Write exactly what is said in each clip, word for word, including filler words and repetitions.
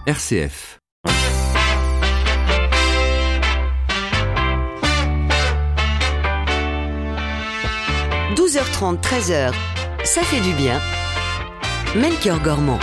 R C F. douze heures trente, treize heures, ça fait du bien. Melchior Gormand.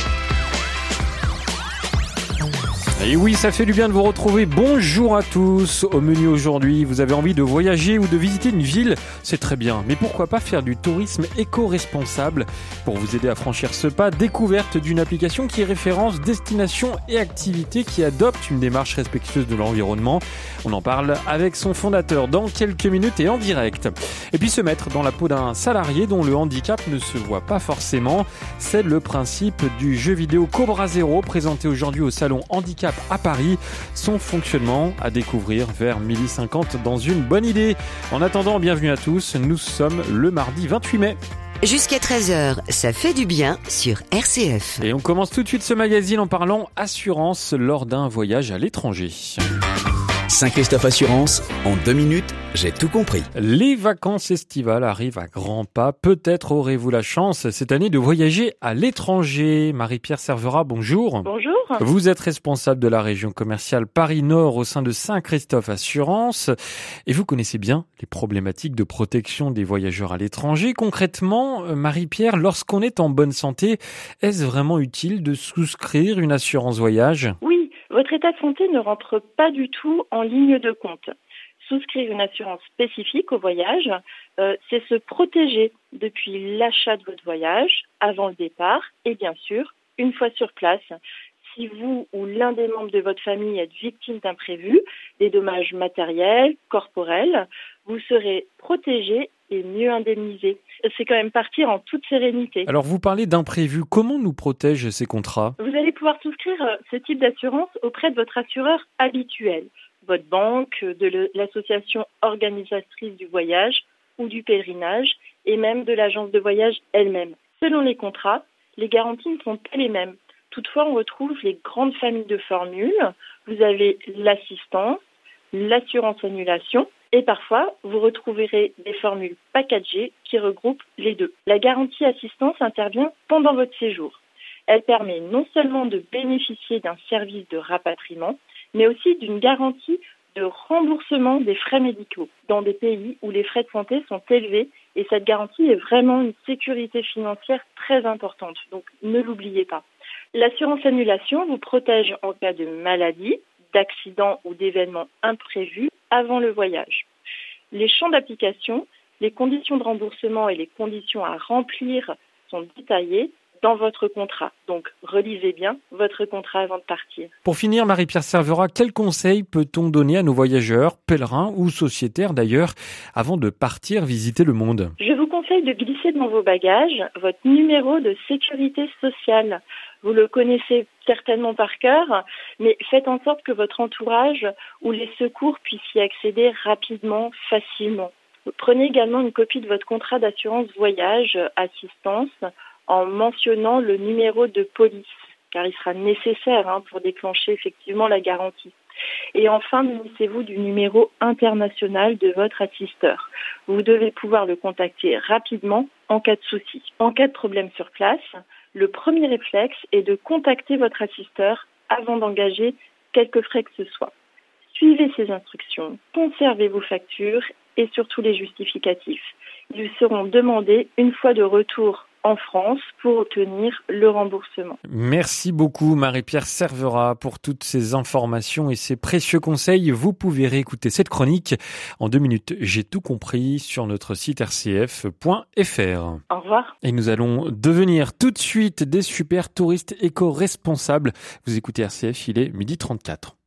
Et oui, ça fait du bien de vous retrouver. Bonjour à tous. Au menu aujourd'hui, vous avez envie de voyager ou de visiter une ville, c'est très bien. Mais pourquoi pas faire du tourisme éco-responsable? Pour vous aider à franchir ce pas, découverte d'une application qui référence destinations et activités qui adoptent une démarche respectueuse de l'environnement. On en parle avec son fondateur dans quelques minutes et en direct. Et puis se mettre dans la peau d'un salarié dont le handicap ne se voit pas forcément. C'est le principe du jeu vidéo Cobra Zero présenté aujourd'hui au salon Handicap à Paris. Son fonctionnement à découvrir vers midi cinquante dans une bonne idée. En attendant, bienvenue à tous. Nous sommes le mardi vingt-huit mai. Jusqu'à treize heures, ça fait du bien sur R C F. Et on commence tout de suite ce magazine en parlant assurance lors d'un voyage à l'étranger. Saint-Christophe Assurance, en deux minutes, j'ai tout compris. Les vacances estivales arrivent à grands pas. Peut-être aurez-vous la chance cette année de voyager à l'étranger. Marie-Pierre Servera, bonjour. Bonjour. Vous êtes responsable de la région commerciale Paris-Nord au sein de Saint-Christophe Assurance. Et vous connaissez bien les problématiques de protection des voyageurs à l'étranger. Concrètement, Marie-Pierre, lorsqu'on est en bonne santé, est-ce vraiment utile de souscrire une assurance voyage ? Oui, votre état de santé ne rentre pas du tout en ligne de compte. Souscrire une assurance spécifique au voyage, euh, c'est se protéger depuis l'achat de votre voyage, avant le départ, et bien sûr, une fois sur place. Si vous ou l'un des membres de votre famille êtes victime d'imprévus, des dommages matériels, corporels, vous serez protégé et mieux indemnisé. C'est quand même partir en toute sérénité. Alors vous parlez d'imprévus, comment nous protègent ces contrats ? Vous allez pouvoir souscrire ce type d'assurance auprès de votre assureur habituel, votre banque, de l'association organisatrice du voyage ou du pèlerinage et même de l'agence de voyage elle-même. Selon les contrats, les garanties ne sont pas les mêmes. Toutefois, on retrouve les grandes familles de formules. Vous avez l'assistance, l'assurance annulation et parfois, vous retrouverez des formules packagées qui regroupent les deux. La garantie assistance intervient pendant votre séjour. Elle permet non seulement de bénéficier d'un service de rapatriement, mais aussi d'une garantie de remboursement des frais médicaux dans des pays où les frais de santé sont élevés et cette garantie est vraiment une sécurité financière très importante, donc ne l'oubliez pas. L'assurance annulation vous protège en cas de maladie, d'accident ou d'événements imprévus avant le voyage. Les champs d'application, les conditions de remboursement et les conditions à remplir sont détaillés dans votre contrat. Donc, relisez bien votre contrat avant de partir. Pour finir, Marie-Pierre Servera, quels conseils peut-on donner à nos voyageurs, pèlerins ou sociétaires d'ailleurs, avant de partir visiter le monde ? Je vous conseille de glisser dans vos bagages votre numéro de sécurité sociale. Vous le connaissez certainement par cœur, mais faites en sorte que votre entourage ou les secours puissent y accéder rapidement, facilement. Prenez également une copie de votre contrat d'assurance voyage assistance en mentionnant le numéro de police, car il sera nécessaire hein, pour déclencher effectivement la garantie. Et enfin, munissez-vous du numéro international de votre assisteur. Vous devez pouvoir le contacter rapidement en cas de souci. En cas de problème sur place, le premier réflexe est de contacter votre assisteur avant d'engager quelques frais que ce soit. Suivez ces instructions, conservez vos factures et surtout les justificatifs. Ils seront demandés une fois de retour en France pour obtenir le remboursement. Merci beaucoup Marie-Pierre Servera pour toutes ces informations et ces précieux conseils. Vous pouvez réécouter cette chronique en deux minutes. J'ai tout compris sur notre site r c f point f r. Au revoir. Et nous allons devenir tout de suite des super touristes éco-responsables. Vous écoutez R C F, il est midi trente-quatre.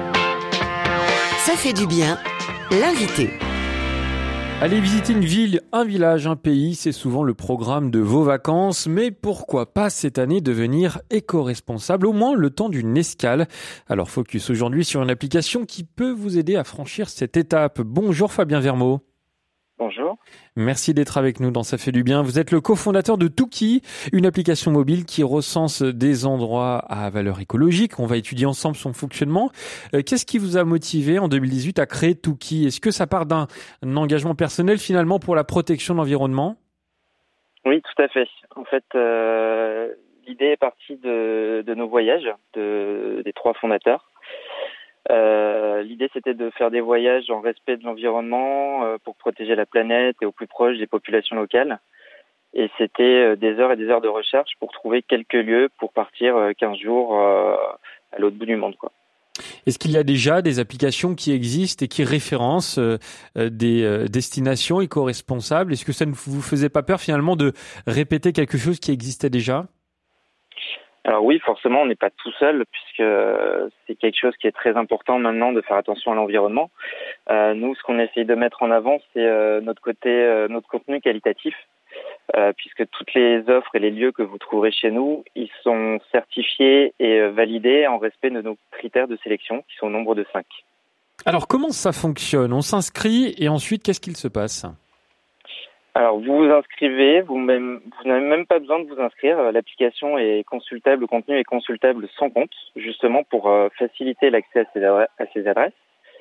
Ça fait du bien, l'invité. Aller visiter une ville, un village, un pays, c'est souvent le programme de vos vacances. Mais pourquoi pas cette année devenir éco-responsable, au moins le temps d'une escale? Alors focus aujourd'hui sur une application qui peut vous aider à franchir cette étape. Bonjour Fabien Vermeau. Bonjour. Merci d'être avec nous dans Ça fait du bien. Vous êtes le cofondateur de Touki, une application mobile qui recense des endroits à valeur écologique. On va étudier ensemble son fonctionnement. Euh, qu'est-ce qui vous a motivé en deux mille dix-huit à créer Touki? Est-ce que ça part d'un un engagement personnel finalement pour la protection de l'environnement? Oui, tout à fait. En fait, euh, l'idée est partie de, de nos voyages, de, de, des trois fondateurs. Euh, l'idée, c'était de faire des voyages en respect de l'environnement euh, pour protéger la planète et au plus proche des populations locales. Et c'était des heures et des heures de recherche pour trouver quelques lieux pour partir quinze jours euh, à l'autre bout du monde, quoi. Est-ce qu'il y a déjà des applications qui existent et qui référencent euh, des euh, destinations éco-responsables? Est-ce que ça ne vous faisait pas peur finalement de répéter quelque chose qui existait déjà? Alors oui, forcément, on n'est pas tout seul puisque c'est quelque chose qui est très important maintenant de faire attention à l'environnement. Euh, nous, ce qu'on essaye de mettre en avant, c'est euh, notre côté, euh, notre contenu qualitatif. Euh, puisque toutes les offres et les lieux que vous trouverez chez nous, ils sont certifiés et euh, validés en respect de nos critères de sélection, qui sont au nombre de cinq. Alors, comment ça fonctionne? On s'inscrit et ensuite, qu'est-ce qu'il se passe? Alors, vous vous inscrivez, vous, même, vous n'avez même pas besoin de vous inscrire. L'application est consultable, le contenu est consultable sans compte, justement pour euh, faciliter l'accès à ces adresses. À ces adresses.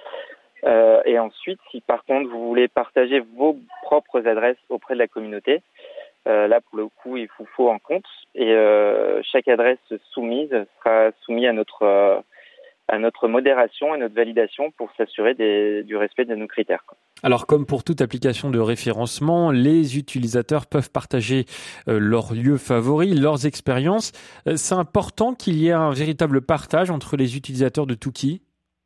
Euh, et ensuite, si par contre vous voulez partager vos propres adresses auprès de la communauté, euh, là pour le coup il vous faut un compte et euh, chaque adresse soumise sera soumise à notre euh, à notre modération et notre validation pour s'assurer des, du respect de nos critères. Alors comme pour toute application de référencement, les utilisateurs peuvent partager euh, leurs lieux favoris, leurs expériences. Euh, c'est important qu'il y ait un véritable partage entre les utilisateurs de Tuki.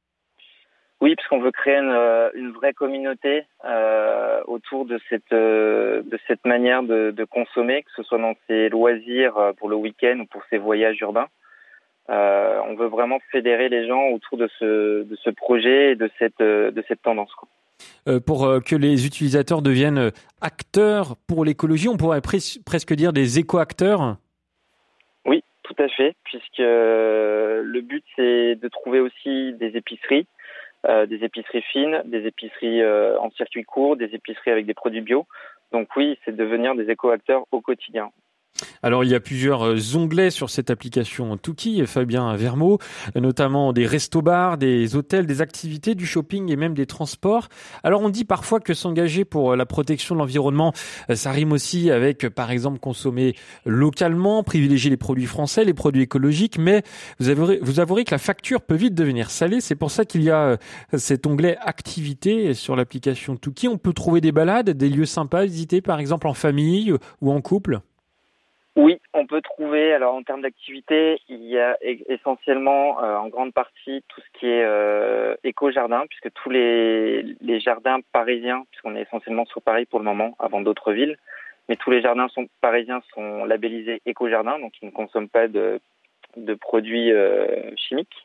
Oui, parce qu'on veut créer une, une vraie communauté euh, autour de cette euh, de cette manière de, de consommer, que ce soit dans ses loisirs pour le week-end ou pour ses voyages urbains. Euh, on veut vraiment fédérer les gens autour de ce de ce projet et de cette de cette tendance, quoi. Euh, pour euh, que les utilisateurs deviennent acteurs pour l'écologie, on pourrait pres- presque dire des éco-acteurs. Oui, tout à fait, puisque euh, le but c'est de trouver aussi des épiceries. Euh, des épiceries fines, des épiceries euh, en circuit court, des épiceries avec des produits bio. Donc oui, c'est de devenir des éco-acteurs au quotidien. Alors, il y a plusieurs onglets sur cette application Tuki, Fabien Vermeau, notamment des restos-bars, des hôtels, des activités, du shopping et même des transports. Alors, on dit parfois que s'engager pour la protection de l'environnement, ça rime aussi avec, par exemple, consommer localement, privilégier les produits français, les produits écologiques, mais vous avouerez, vous avouerez que la facture peut vite devenir salée. C'est pour ça qu'il y a cet onglet activités sur l'application Tuki. On peut trouver des balades, des lieux sympas à visiter, par exemple en famille ou en couple. Oui, on peut trouver, alors en termes d'activité, il y a essentiellement euh, en grande partie tout ce qui est euh, éco-jardin, puisque tous les, les jardins parisiens, puisqu'on est essentiellement sur Paris pour le moment, avant d'autres villes, mais tous les jardins sont, parisiens sont labellisés éco-jardin, donc ils ne consomment pas de, de produits euh, chimiques.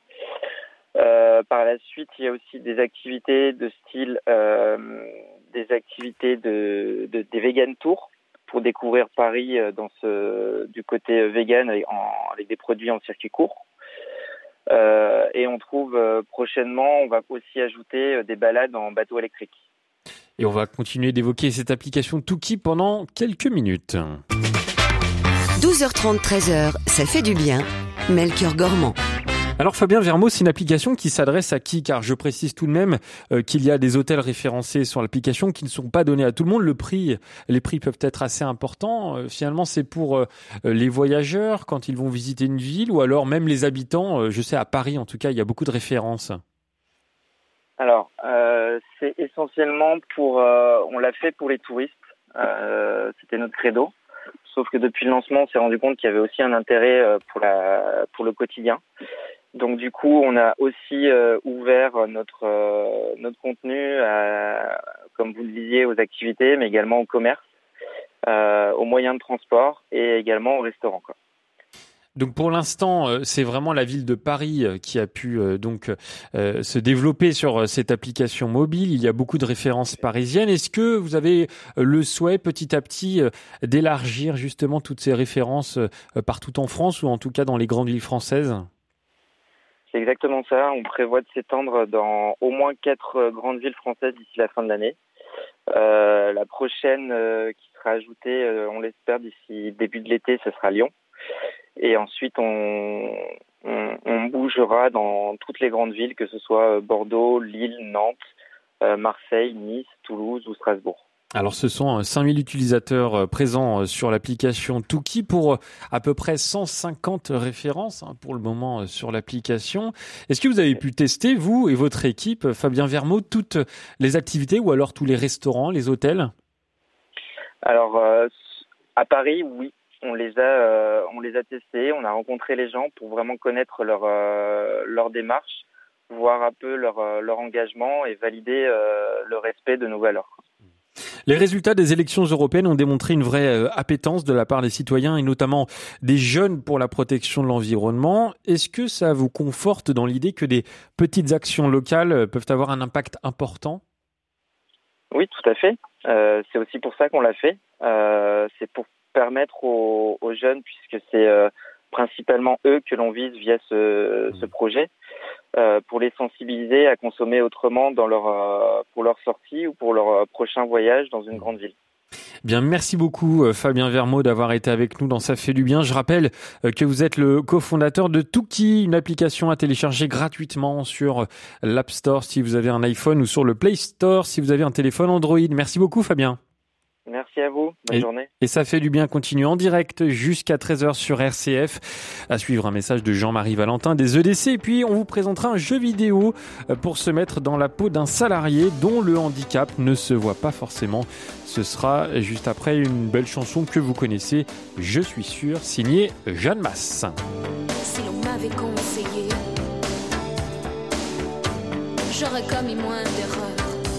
Euh, par la suite, il y a aussi des activités de style, euh, des activités de, de des vegan tours, pour découvrir Paris dans ce du côté vegan avec, en, avec des produits en circuit court. Euh, et on trouve euh, prochainement, on va aussi ajouter des balades en bateau électrique. Et on va continuer d'évoquer cette application Tuki pendant quelques minutes. douze heures trente, treize heures, ça fait du bien. Melchior Gormand. Alors Fabien Vermeau, c'est une application qui s'adresse à qui? Car je précise tout de même euh, qu'il y a des hôtels référencés sur l'application qui ne sont pas donnés à tout le monde. Le prix, les prix peuvent être assez importants. Euh, finalement, c'est pour euh, les voyageurs quand ils vont visiter une ville ou alors même les habitants. Euh, je sais à Paris, en tout cas, il y a beaucoup de références. Alors, euh, c'est essentiellement pour... Euh, on l'a fait pour les touristes. Euh, c'était notre credo. Sauf que depuis le lancement, on s'est rendu compte qu'il y avait aussi un intérêt pour la pour le quotidien. Donc du coup, on a aussi euh, ouvert notre euh, notre contenu, à, comme vous le disiez, aux activités, mais également au commerce, euh, aux moyens de transport et également aux restaurants, quoi. Donc pour l'instant, c'est vraiment la ville de Paris qui a pu donc euh, se développer sur cette application mobile. Il y a beaucoup de références parisiennes. Est-ce que vous avez le souhait petit à petit d'élargir justement toutes ces références partout en France ou en tout cas dans les grandes villes françaises ? C'est exactement ça. On prévoit de s'étendre dans au moins quatre grandes villes françaises d'ici la fin de l'année. Euh, la prochaine euh, qui sera ajoutée, euh, on l'espère, d'ici début de l'été, ce sera Lyon. Et ensuite, on, on, on bougera dans toutes les grandes villes, que ce soit Bordeaux, Lille, Nantes, euh, Marseille, Nice, Toulouse ou Strasbourg. Alors ce sont cinq mille utilisateurs présents sur l'application Tookie pour à peu près cent cinquante références hein, pour le moment sur l'application. Est-ce que vous avez pu tester, vous et votre équipe, Fabien Vermeau, toutes les activités ou alors tous les restaurants, les hôtels ? Alors euh, à Paris, oui, on les a, euh, on les a testés, on a rencontré les gens pour vraiment connaître leur euh, leur démarche, voir un peu leur euh, leur engagement et valider euh, le respect de nos valeurs. Les résultats des élections européennes ont démontré une vraie appétence de la part des citoyens et notamment des jeunes pour la protection de l'environnement. Est-ce que ça vous conforte dans l'idée que des petites actions locales peuvent avoir un impact important ? Oui, tout à fait. Euh, c'est aussi pour ça qu'on l'a fait. Euh, c'est pour permettre aux, aux jeunes, puisque c'est euh, principalement eux que l'on vise via ce, ce projet, Euh, pour les sensibiliser à consommer autrement dans leur, euh, pour leur sortie ou pour leur euh, prochain voyage dans une grande ville. Bien, merci beaucoup Fabien Vermeau d'avoir été avec nous dans Ça fait du bien. Je rappelle que vous êtes le cofondateur de Tookie, une application à télécharger gratuitement sur l'App Store si vous avez un iPhone ou sur le Play Store si vous avez un téléphone Android. Merci beaucoup Fabien. Merci à vous, bonne et, journée. Et Ça fait du bien continue en direct jusqu'à treize heures sur R C F. À suivre un message de Jean-Marie Valentin des E D C. Et puis on vous présentera un jeu vidéo pour se mettre dans la peau d'un salarié dont le handicap ne se voit pas forcément. Ce sera juste après une belle chanson que vous connaissez, je suis sûr, signée Jeanne Masse. Si l'on m'avait conseillé, j'aurais commis moins d'erreurs.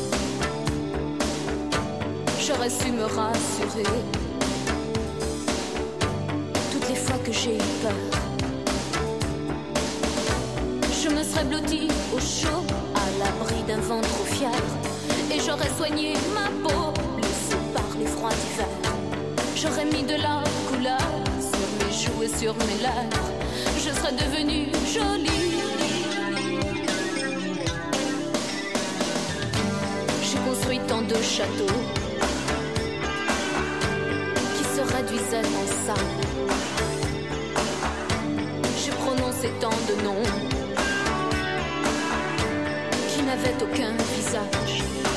J'aurais su me rassurer toutes les fois que j'ai eu peur. Je me serais blottie au chaud, à l'abri d'un vent trop fier, et j'aurais soigné ma peau, blessée par les froids d'hiver. J'aurais mis de la couleur sur mes joues et sur mes lèvres. Je serais devenue jolie. J'ai construit tant de châteaux réduisait en sable. J'ai prononcé tant de noms qui n'avaient aucun visage.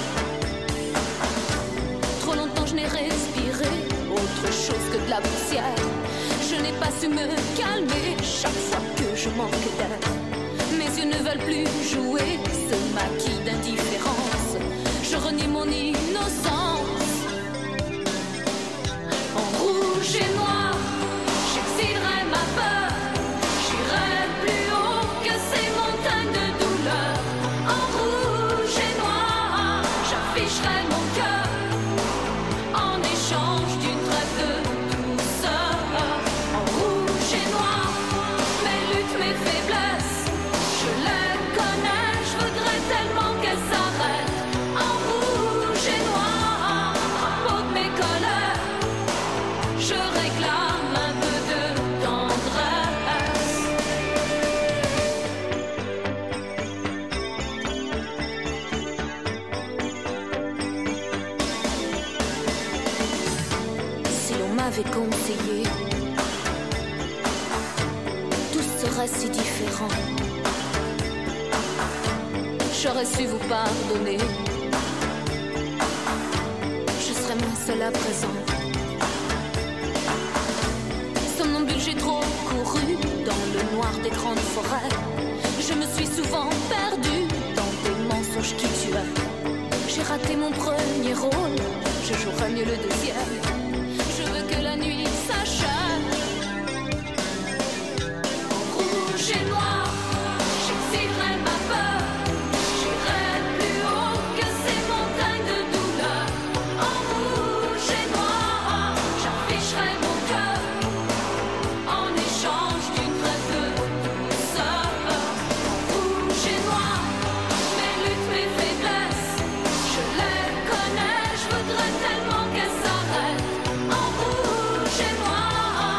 Trop longtemps je n'ai respiré autre chose que de la poussière. Je n'ai pas su me calmer chaque fois que je manque d'air. Mes yeux ne veulent plus jouer ce maquis d'indifférence. Je renie mon innocence. Rouge et noir, j'exilerai ma peur. J'irai plus haut que ces montagnes de douleur. En rouge et noir, j'afficherai mon cœur en échange d'une trêve de douceur. En rouge et noir, mes luttes, mes faiblesses, je les connais, je voudrais tellement qu'elles s'arrêtent. En rouge et noir, drapeau de mes colères, je réclame un peu de tendresse. Si l'on m'avait conseillé, tout serait si différent. J'aurais su vous pardonner. Je serais moins seule à présent. Somnambule, j'ai trop couru dans le noir des grandes forêts. Je me suis souvent perdue dans des mensonges qui tuaient. J'ai raté mon premier rôle, je jouerai mieux le deuxième. Je veux que la nuit s'achève. En rouge et noir, j'exilerai ma peur. J'irai plus haut que ces montagnes de douleur. En rouge et noir, j'afficherai mon cœur en échange d'une trêve de douceur. Rouge et noir, mes luttes, mes faiblesses, je les connais, je voudrais tellement qu'elles s'arrêtent. En rouge et noir,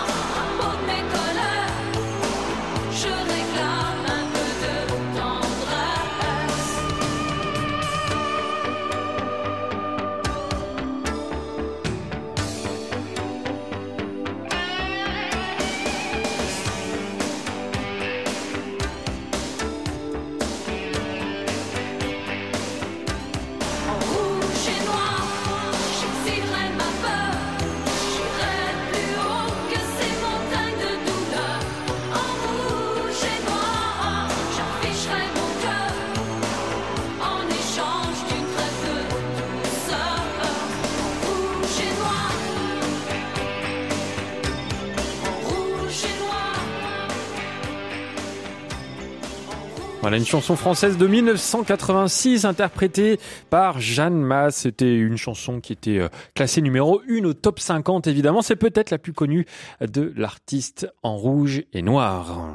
Voilà une chanson française de mille neuf cent quatre-vingt-six interprétée par Jeanne Masse. C'était une chanson qui était classée numéro un au top cinquante évidemment. C'est peut-être la plus connue de l'artiste en rouge et noir.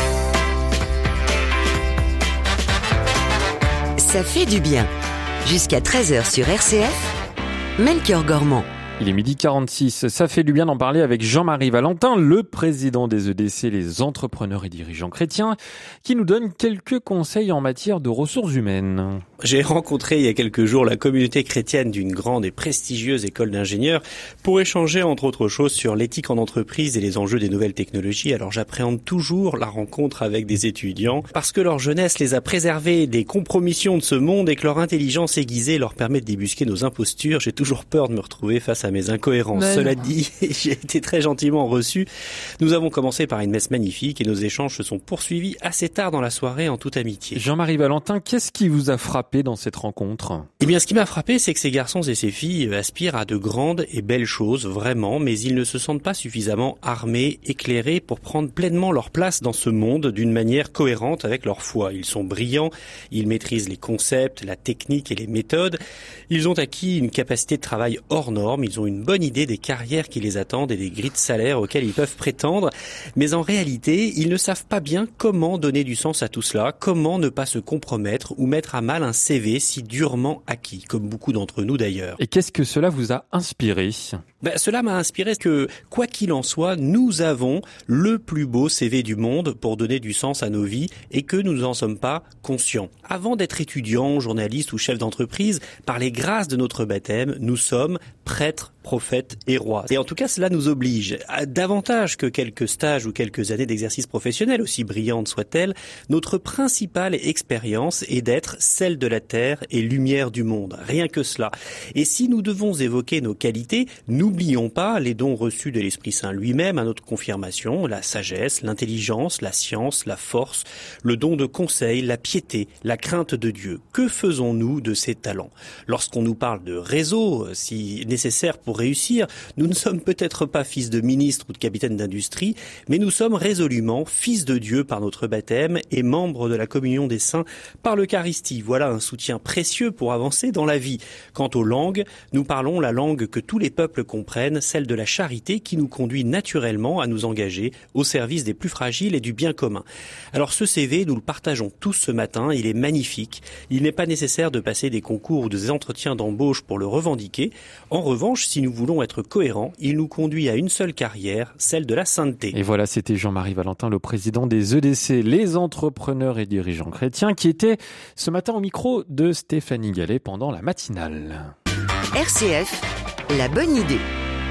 Ça fait du bien. Jusqu'à treize heures sur R C F, Melchior Gormand. Il est midi quarante-six, ça fait du bien d'en parler avec Jean-Marie Valentin, le président des E D C, les entrepreneurs et dirigeants chrétiens, qui nous donne quelques conseils en matière de ressources humaines. J'ai rencontré il y a quelques jours la communauté chrétienne d'une grande et prestigieuse école d'ingénieurs pour échanger entre autres choses sur l'éthique en entreprise et les enjeux des nouvelles technologies. Alors j'appréhende toujours la rencontre avec des étudiants parce que leur jeunesse les a préservés des compromissions de ce monde et que leur intelligence aiguisée leur permet de débusquer nos impostures. J'ai toujours peur de me retrouver face à mes incohérences. Mais Cela non. dit, j'ai été très gentiment reçu. Nous avons commencé par une messe magnifique et nos échanges se sont poursuivis assez tard dans la soirée en toute amitié. Jean-Marie Valentin, qu'est-ce qui vous a frappé dans cette rencontre? Eh bien, ce qui m'a frappé, c'est que ces garçons et ces filles aspirent à de grandes et belles choses, vraiment, mais ils ne se sentent pas suffisamment armés, éclairés pour prendre pleinement leur place dans ce monde d'une manière cohérente avec leur foi. Ils sont brillants, ils maîtrisent les concepts, la technique et les méthodes. Ils ont acquis une capacité de travail hors norme, ils ont une bonne idée des carrières qui les attendent et des grilles de salaire auxquelles ils peuvent prétendre. Mais en réalité, ils ne savent pas bien comment donner du sens à tout cela, comment ne pas se compromettre ou mettre à mal un C V si durement acquis, comme beaucoup d'entre nous d'ailleurs. Et qu'est-ce que cela vous a inspiré? Ben, cela m'a inspiré que, quoi qu'il en soit, nous avons le plus beau C V du monde pour donner du sens à nos vies et que nous n'en sommes pas conscients. Avant d'être étudiants, journalistes ou chefs d'entreprise, par les grâces de notre baptême, nous sommes prêtres, prophètes et rois. Et en tout cas, cela nous oblige, à davantage que quelques stages ou quelques années d'exercice professionnel, aussi brillantes soient-elles, notre principale expérience est d'être celle de la terre et lumière du monde. Rien que cela. Et si nous devons évoquer nos qualités, n'oublions pas les dons reçus de l'Esprit Saint lui-même à notre confirmation, la sagesse, l'intelligence, la science, la force, le don de conseil, la piété, la crainte de Dieu. Que faisons-nous de ces talents? Lorsqu'on nous parle de réseau, si nécessaire pour réussir, nous ne sommes peut-être pas fils de ministre ou de capitaine d'industrie, mais nous sommes résolument fils de Dieu par notre baptême et membres de la communion des saints par l'Eucharistie. Voilà un soutien précieux pour avancer dans la vie. Quant aux langues, nous parlons la langue que tous les peuples comprennent, celle de la charité qui nous conduit naturellement à nous engager au service des plus fragiles et du bien commun. Alors ce C V, nous le partageons tous ce matin, il est magnifique. Il n'est pas nécessaire de passer des concours ou des entretiens d'embauche pour le revendiquer. En revanche, si nous voulons être cohérents, il nous conduit à une seule carrière, celle de la sainteté. Et voilà, c'était Jean-Marie Valentin, le président des E D C, les entrepreneurs et dirigeants chrétiens, qui était ce matin au micro de Stéphanie Gallet pendant la matinale. R C F, la bonne idée.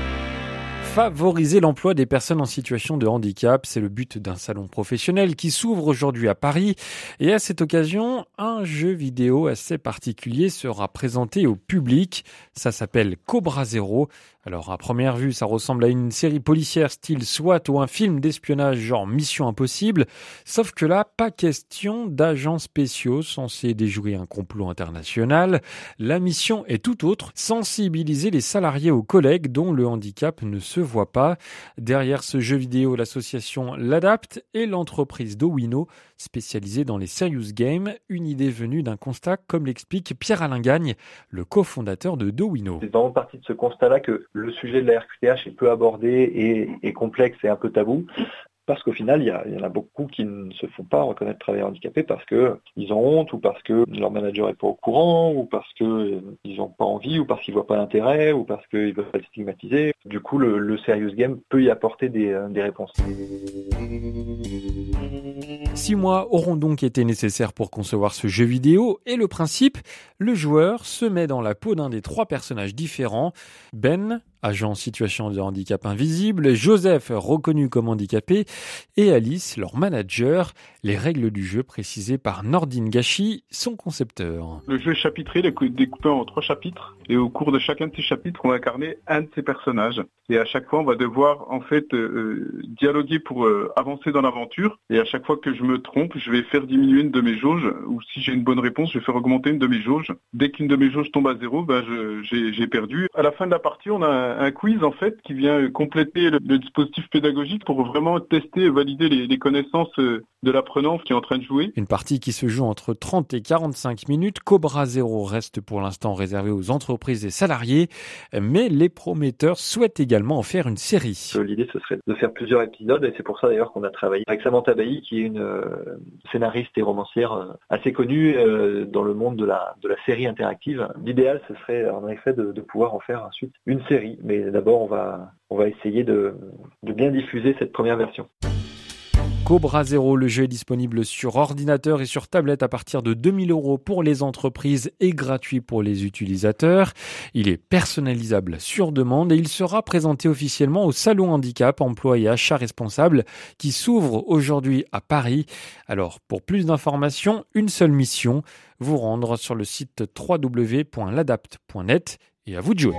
Favoriser l'emploi des personnes en situation de handicap, c'est le but d'un salon professionnel qui s'ouvre aujourd'hui à Paris. Et à cette occasion, un jeu vidéo assez particulier sera présenté au public. Ça s'appelle Cobra Zero. Alors à première vue, ça ressemble à une série policière style SWAT ou un film d'espionnage genre Mission Impossible. Sauf que là, pas question d'agents spéciaux censés déjouer un complot international. La mission est tout autre, sensibiliser les salariés aux collègues dont le handicap ne se voit pas. Derrière ce jeu vidéo, l'association L'Adapt et l'entreprise Dowino, spécialisée dans les serious games, une idée venue d'un constat, comme l'explique Pierre-Alain Gagne, le cofondateur de Dowino. C'est vraiment partie de ce constat-là que le sujet de la R Q T H est peu abordé et, et complexe et un peu tabou. Parce qu'au final, il y, a, il y en a beaucoup qui ne se font pas reconnaître travailleurs handicapés parce qu'ils ont honte ou parce que leur manager n'est pas au courant ou parce qu'ils n'ont pas envie ou parce qu'ils ne voient pas l'intérêt ou parce qu'ils veulent pas être stigmatisés. Du coup, le, le serious game peut y apporter des, des réponses. Six mois auront donc été nécessaires pour concevoir ce jeu vidéo et le principe, le joueur se met dans la peau d'un des trois personnages différents. Ben, agent en situation de handicap invisible, Joseph, reconnu comme handicapé, et Alice, leur manager. Les règles du jeu précisées par Nordine Gachi, son concepteur. Le jeu est chapitré, il est découpé en trois chapitres, et au cours de chacun de ces chapitres, on va incarner un de ces personnages. Et à chaque fois, on va devoir en fait euh, dialoguer pour euh, avancer dans l'aventure. Et à chaque fois que je me trompe, je vais faire diminuer une de mes jauges, ou si j'ai une bonne réponse, je vais faire augmenter une de mes jauges. Dès qu'une de mes jauges tombe à zéro, ben je, j'ai, j'ai perdu. À la fin de la partie, on a un, un quiz en fait qui vient compléter le, le dispositif pédagogique pour vraiment tester et valider les, les connaissances euh, de l'apprenant qui est en train de jouer. Une partie qui se joue entre trente et quarante-cinq minutes. Cobra Zero reste pour l'instant réservé aux entreprises et salariés, mais les prometteurs souhaitent également en faire une série. L'idée, ce serait de faire plusieurs épisodes, et c'est pour ça d'ailleurs qu'on a travaillé avec Samantha Bailly, qui est une euh, scénariste et romancière euh, assez connue euh, dans le monde de la, de la série interactive. L'idéal, ce serait en effet de, de pouvoir en faire ensuite une série, mais d'abord on va, on va essayer de, de bien diffuser cette première version. Cobra Zero, le jeu est disponible sur ordinateur et sur tablette à partir de deux mille euros pour les entreprises et gratuit pour les utilisateurs. Il est personnalisable sur demande et il sera présenté officiellement au Salon Handicap, Emploi et Achat Responsable qui s'ouvre aujourd'hui à Paris. Alors, pour plus d'informations, une seule mission, vous rendre sur le site w w w point l'adapt point net et à vous de jouer.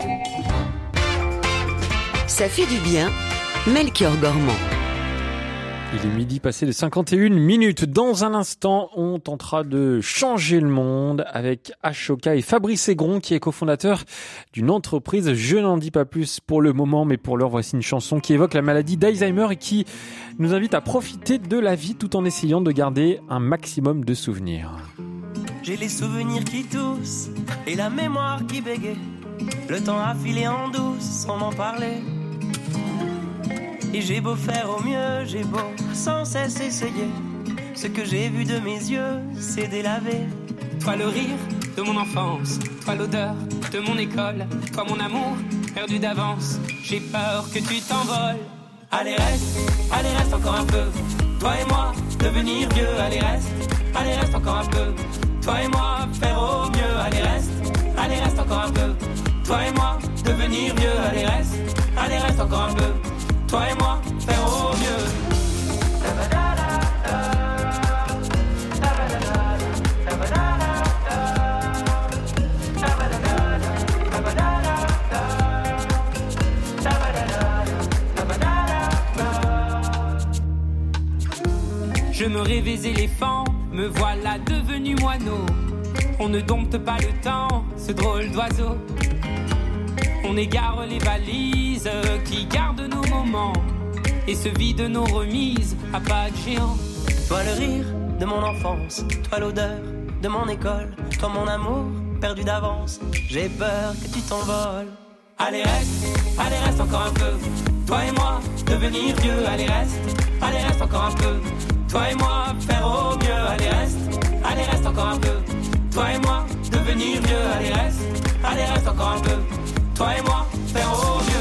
Ça fait du bien, Melchior Gormand. Il est midi passé de cinquante et une minutes. Dans un instant, on tentera de changer le monde avec Ashoka et Fabrice Aigron, qui est cofondateur d'une entreprise. Je n'en dis pas plus pour le moment, mais pour l'heure, voici une chanson qui évoque la maladie d'Alzheimer et qui nous invite à profiter de la vie tout en essayant de garder un maximum de souvenirs. J'ai les souvenirs qui toussent et la mémoire qui bégaye. Le temps a filé en douce sans m'en parler. Et j'ai beau faire au mieux, j'ai beau sans cesse essayer. Ce que j'ai vu de mes yeux, c'est délavé. Toi le rire de mon enfance, toi l'odeur de mon école, toi mon amour perdu d'avance. J'ai peur que tu t'envoles. Allez reste, allez reste encore un peu. Toi et moi, devenir vieux. Allez reste, allez reste encore un peu. Toi et moi, faire au mieux. Allez reste, allez reste encore un peu. Toi et moi, devenir vieux. Allez reste, allez reste encore un peu. Toi et moi, faire au mieux. Je me rêvais éléphant, me voilà devenu moineau. On ne dompte pas le temps, ce drôle d'oiseau. On égare les valises qui gardent nos moments et se vident nos remises à pas de géant. Toi le rire de mon enfance, toi l'odeur de mon école, toi mon amour perdu d'avance. J'ai peur que tu t'envoles. Allez reste, allez reste encore un peu. Toi et moi, devenir vieux. Allez reste, allez reste encore un peu. Toi et moi, faire au mieux. Allez reste, allez reste encore un peu. Toi et moi, devenir vieux. Allez reste, allez reste encore un peu. Toi et moi, faire au mieux.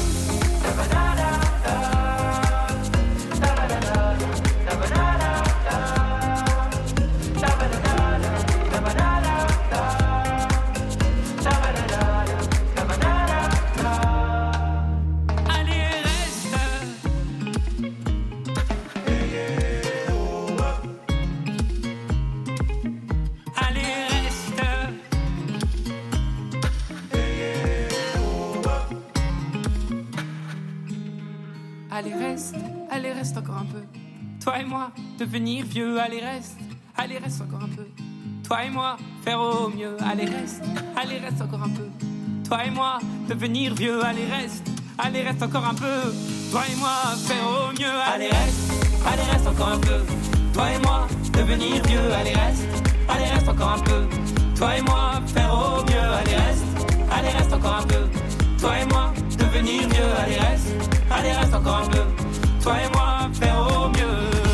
Allez reste, allez reste encore un peu. Toi et moi, devenir vieux. Allez reste, allez reste encore un peu. Toi et moi, faire au mieux. Allez reste, allez reste encore un peu. Toi et moi, devenir vieux. Allez reste, allez reste encore un peu. Toi et moi, faire au mieux. Allez reste, allez reste encore un peu. Toi et moi, devenir vieux. Allez reste, allez reste encore un peu. Toi et moi, faire au mieux. Allez reste, allez reste encore un peu. Toi et moi, devenir vieux. Allez reste, allez reste encore un peu. Toi et moi, faire au mieux.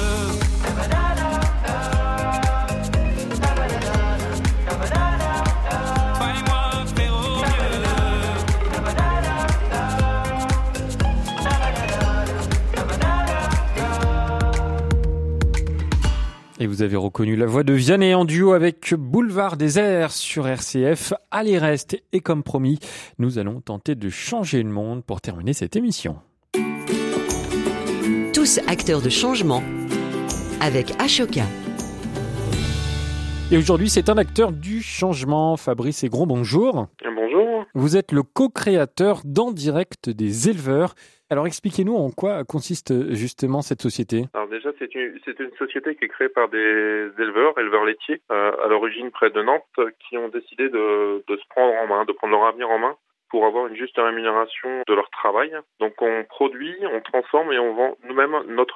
Toi et moi, faire au mieux. Et vous avez reconnu la voix de Vianney en duo avec Boulevard des Airs sur R C F. Allez reste, et comme promis, nous allons tenter de changer le monde pour terminer cette émission. Tous acteurs de changement avec Ashoka. Et aujourd'hui, c'est un acteur du changement. Fabrice Aigron, bonjour. Bonjour. Vous êtes le co-créateur d'En Direct des éleveurs. Alors expliquez-nous en quoi consiste justement cette société. Alors déjà, c'est une, c'est une société qui est créée par des éleveurs, éleveurs laitiers, euh, à l'origine près de Nantes, qui ont décidé de, de se prendre en main, de prendre leur avenir en main pour avoir une juste rémunération de leur travail. Donc on produit, on transforme et on vend nous-mêmes notre lait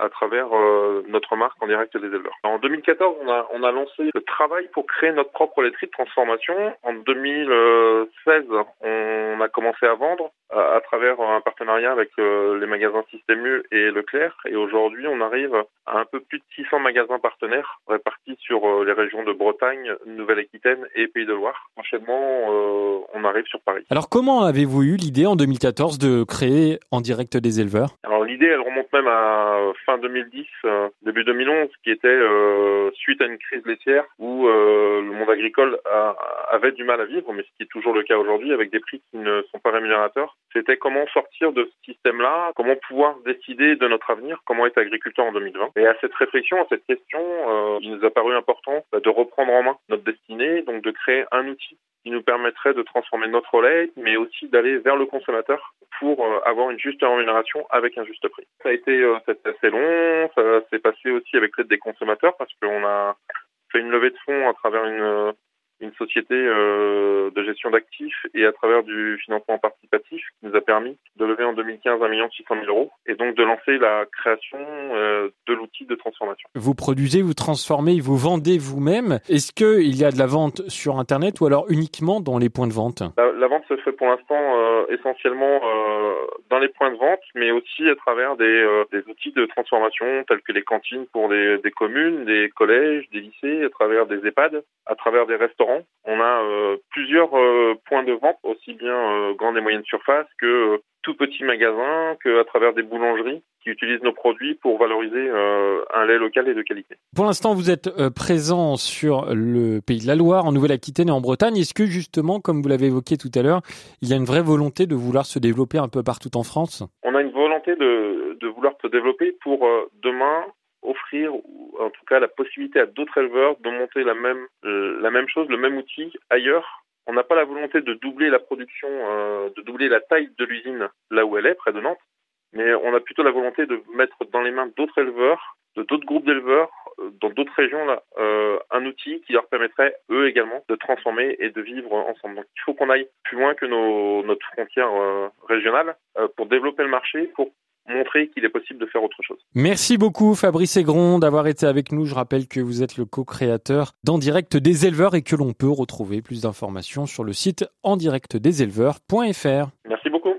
à travers euh, notre marque en direct des éleveurs. En deux mille quatorze, on a, on a lancé le travail pour créer notre propre laiterie de transformation. En deux mille seize, on a commencé à vendre à, à travers un partenariat avec euh, les magasins Système U et Leclerc. Et aujourd'hui, on arrive à un peu plus de six cents magasins partenaires répartis sur euh, les régions de Bretagne, Nouvelle-Aquitaine et Pays de Loire. Prochainement, euh, on arrive sur Paris. Alors comment avez-vous eu l'idée en deux mille quatorze de créer en direct des éleveurs ? Alors l'idée, elle remonte même à fin deux mille dix, euh, début deux mille onze, qui était euh, suite à une crise laitière où euh, le monde agricole a, avait du mal à vivre, mais ce qui est toujours le cas aujourd'hui avec des prix qui ne sont pas rémunérateurs. C'était comment sortir de ce système-là, comment pouvoir décider de notre avenir, comment être agriculteur en deux mille vingt. Et à cette réflexion, à cette question, euh, il nous a paru important bah, de reprendre en main notre destinée, donc de créer un outil qui nous permettrait de transformer notre lait, mais aussi d'aller vers le consommateur pour euh, avoir une juste rémunération avec un juste prix. Ça a été euh, assez long, ça s'est passé aussi avec l'aide des consommateurs parce qu'on a fait une levée de fonds à travers une, une société euh, de gestion d'actifs et à travers du financement participatif qui nous a permis de lever en deux mille quinze un million six cent mille euros et donc de lancer la création euh, de l'outil de transformation. Vous produisez, vous transformez, vous vendez vous-même. Est-ce qu'il y a de la vente sur Internet ou alors uniquement dans les points de vente ? La, la vente se fait pour l'instant euh, essentiellement euh, dans les points de vente, mais aussi à travers des, euh, des outils de transformation tels que les cantines pour des, des communes, des collèges, des lycées, à travers des EHPAD, à travers des restaurants. On a euh, plusieurs euh, points de vente, aussi bien euh, grandes et moyennes surfaces que euh, tout petits magasins, qu'à travers des boulangeries qui utilisent nos produits pour valoriser euh, un lait local et de qualité. Pour l'instant, vous êtes euh, présent sur le Pays de la Loire, en Nouvelle-Aquitaine et en Bretagne. Est-ce que justement, comme vous l'avez évoqué tout à l'heure, il y a une vraie volonté de vouloir se développer un peu partout en France ? On a une volonté de, de vouloir se développer pour euh, demain offrir, ou en tout cas la possibilité à d'autres éleveurs de monter la même, euh, la même chose, le même outil ailleurs. On n'a pas la volonté de doubler la production, euh, de doubler la taille de l'usine là où elle est, près de Nantes, mais on a plutôt la volonté de mettre dans les mains d'autres éleveurs, de d'autres groupes d'éleveurs, euh, dans d'autres régions, là, euh, un outil qui leur permettrait, eux également, de transformer et de vivre ensemble. Donc il faut qu'on aille plus loin que nos, notre frontière euh, régionale euh, pour développer le marché, pour montrer qu'il est possible de faire autre chose. Merci beaucoup Fabrice Aigron d'avoir été avec nous. Je rappelle que vous êtes le co-créateur d'En Direct des Éleveurs et que l'on peut retrouver plus d'informations sur le site en direct des éleveurs point f r. Merci beaucoup.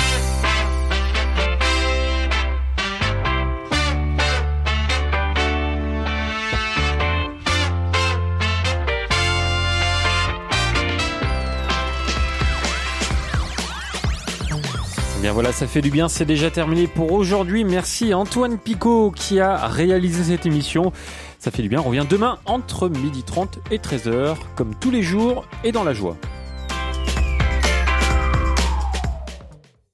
Bien voilà, ça fait du bien, c'est déjà terminé pour aujourd'hui. Merci à Antoine Picot qui a réalisé cette émission. Ça fait du bien, on revient demain entre midi trente et treize heures, comme tous les jours et dans la joie.